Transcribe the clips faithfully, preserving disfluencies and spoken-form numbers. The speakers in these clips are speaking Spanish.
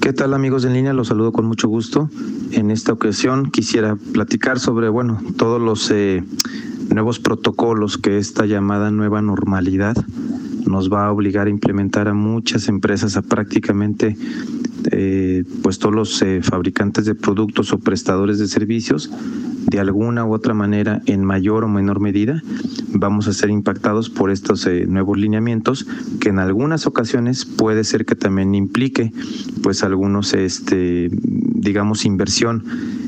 ¿Qué tal, amigos en línea? Los saludo con mucho gusto. En esta ocasión quisiera platicar sobre, bueno, todos los eh, nuevos protocolos que esta llamada nueva normalidad nos va a obligar a implementar a muchas empresas, a prácticamente eh, pues todos los eh, fabricantes de productos o prestadores de servicios. De alguna u otra manera, en mayor o menor medida, vamos a ser impactados por estos eh, nuevos lineamientos, que en algunas ocasiones puede ser que también implique pues algunos, este, digamos, inversión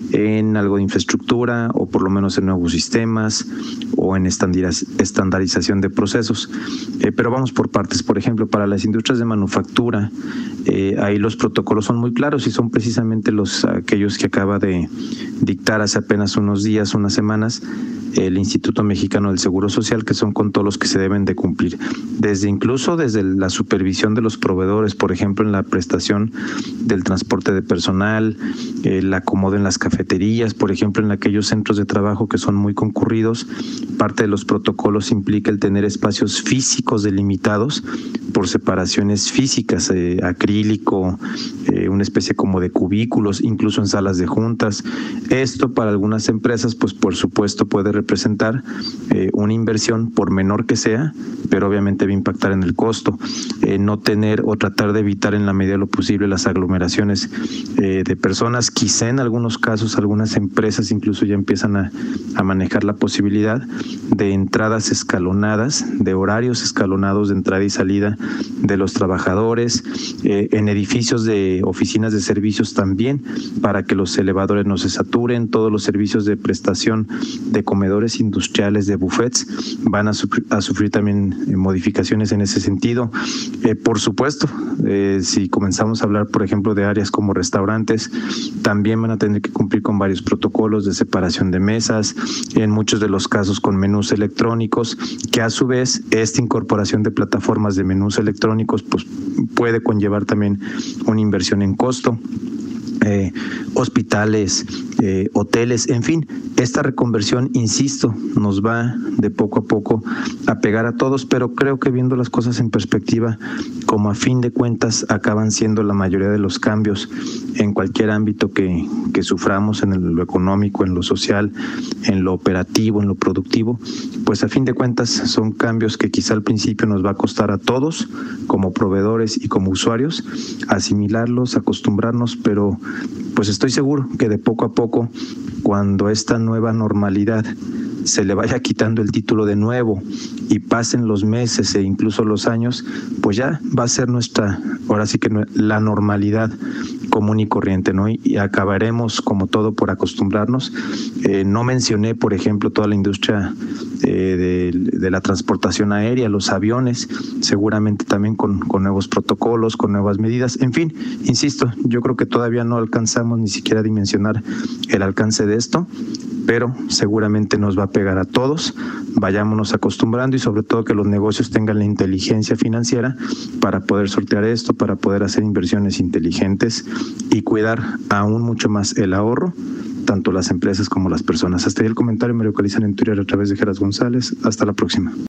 en algo de infraestructura o por lo menos en nuevos sistemas o en estandarización de procesos. Eh, pero vamos por partes. Por ejemplo, para las industrias de manufactura, eh, ahí los protocolos son muy claros y son precisamente los aquellos que acaba de dictar hace apenas unos días, unas semanas, el Instituto Mexicano del Seguro Social, que son con todos los que se deben de cumplir. Desde incluso desde la supervisión de los proveedores, por ejemplo, en la prestación del transporte de personal, el acomodo en las cafeterías, por ejemplo, en aquellos centros de trabajo que son muy concurridos. Parte de los protocolos implica el tener espacios físicos delimitados por separaciones físicas, eh, acrílico, eh, una especie como de cubículos, incluso en salas de juntas. Esto para algunas empresas, pues por supuesto puede representar eh, una inversión, por menor que sea, pero obviamente va a impactar en el costo. Eh, no tener o tratar de evitar en la medida de lo posible las aglomeraciones eh, de personas. Quizá en algunos casos algunas empresas incluso ya empiezan a, a manejar la posibilidad de entradas escalonadas, de horarios escalonados de entrada y salida de los trabajadores, eh, en edificios de oficinas de servicios también, para que los elevadores no se saturen. Todos los servicios de prestación de comedores industriales, de buffets, van a sufrir, a sufrir también eh, modificaciones en ese sentido. Eh, por supuesto, eh, si comenzamos a hablar, por ejemplo, de áreas como restaurantes, también van a tener que cumplir con varios protocolos de separación de mesas, en muchos de los casos con menús electrónicos, que a su vez esta incorporación de plataformas de menús electrónicos pues puede conllevar también una inversión en costo. Eh, hospitales, eh, hoteles, en fin, esta reconversión, insisto, nos va de poco a poco a pegar a todos, pero creo que viendo las cosas en perspectiva, como a fin de cuentas acaban siendo la mayoría de los cambios en cualquier ámbito que, que suframos, en lo económico, en lo social, en lo operativo, en lo productivo, pues a fin de cuentas son cambios que quizá al principio nos va a costar a todos, como proveedores y como usuarios, asimilarlos, acostumbrarnos, pero pues estoy seguro que de poco a poco, cuando esta nueva normalidad se le vaya quitando el título de nuevo y pasen los meses e incluso los años, pues ya va a ser nuestra, ahora sí que la normalidad común y corriente, ¿no? Y, y acabaremos, como todo, por acostumbrarnos. Eh, no mencioné, por ejemplo, toda la industria eh, de, de la transportación aérea, los aviones, seguramente también con, con nuevos protocolos, con nuevas medidas. En fin, insisto, yo creo que todavía no alcanzamos ni siquiera a dimensionar el alcance de esto, pero seguramente nos va a pegar a todos. Vayámonos acostumbrando y sobre todo que los negocios tengan la inteligencia financiera para poder sortear esto, para poder hacer inversiones inteligentes y cuidar aún mucho más el ahorro, tanto las empresas como las personas. Hasta ahí el comentario. Me localizan en Twitter a través de Geras González. Hasta la próxima.